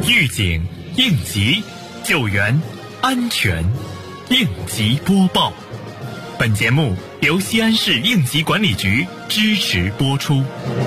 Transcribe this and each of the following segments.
预警、应急、救援、安全，应急播报。本节目由西安市应急管理局支持播出。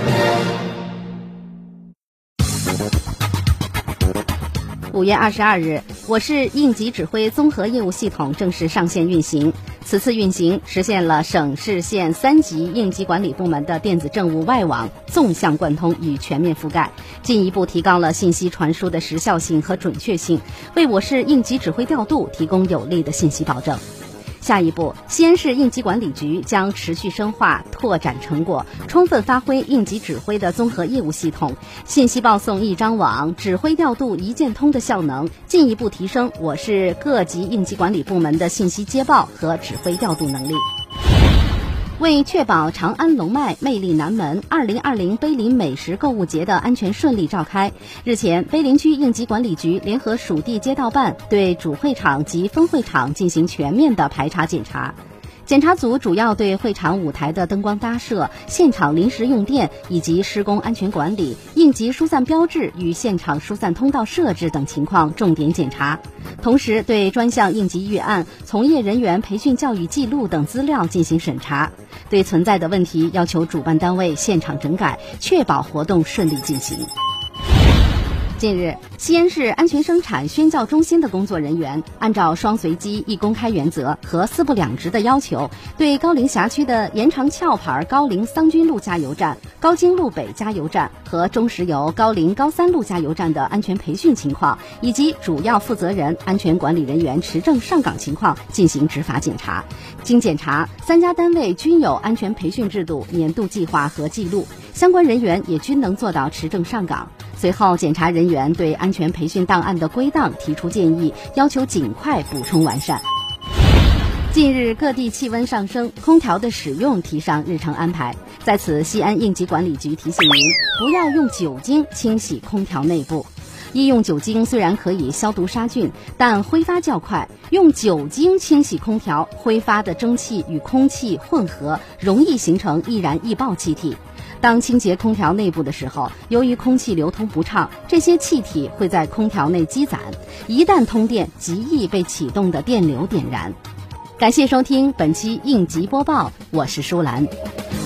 5月22日，我市应急指挥综合业务系统正式上线运行。此次运行实现了省市县3级应急管理部门的电子政务外网纵向贯通与全面覆盖，进一步提高了信息传输的时效性和准确性，为我市应急指挥调度提供有力的信息保证。下一步，西安市应急管理局将持续深化拓展成果，充分发挥应急指挥的综合业务系统、信息报送一张网、指挥调度一键通的效能，进一步提升我市各级应急管理部门的信息接报和指挥调度能力。为确保长安龙脉魅力南门2020碑林美食购物节的安全顺利召开，日前，碑林区应急管理局联合属地街道办对主会场及分会场进行全面的排查检查。检查组主要对会场舞台的灯光搭设、现场临时用电以及施工安全管理、应急疏散标志与现场疏散通道设置等情况重点检查，同时对专项应急预案、从业人员培训教育记录等资料进行审查，对存在的问题要求主办单位现场整改，确保活动顺利进行。近日，西安市安全生产宣教中心的工作人员按照双随机一公开原则和4不2直的要求，对高陵辖区的延长壳牌高陵桑军路加油站、高经路北加油站和中石油高陵高三路加油站的安全培训情况，以及主要负责人、安全管理人员持证上岗情况进行执法检查。经检查，3家单位均有安全培训制度、年度计划和记录，相关人员也均能做到持证上岗。随后，检查人员对安全培训档案的归档提出建议，要求尽快补充完善。近日，各地气温上升，空调的使用提上日程安排。在此，西安应急管理局提醒您，不要用酒精清洗空调内部。医用酒精虽然可以消毒杀菌，但挥发较快，用酒精清洗空调，挥发的蒸汽与空气混合，容易形成易燃易爆气体。当清洁空调内部的时候，由于空气流通不畅，这些气体会在空调内积攒，一旦通电，极易被启动的电流点燃。感谢收听本期应急播报，我是舒兰。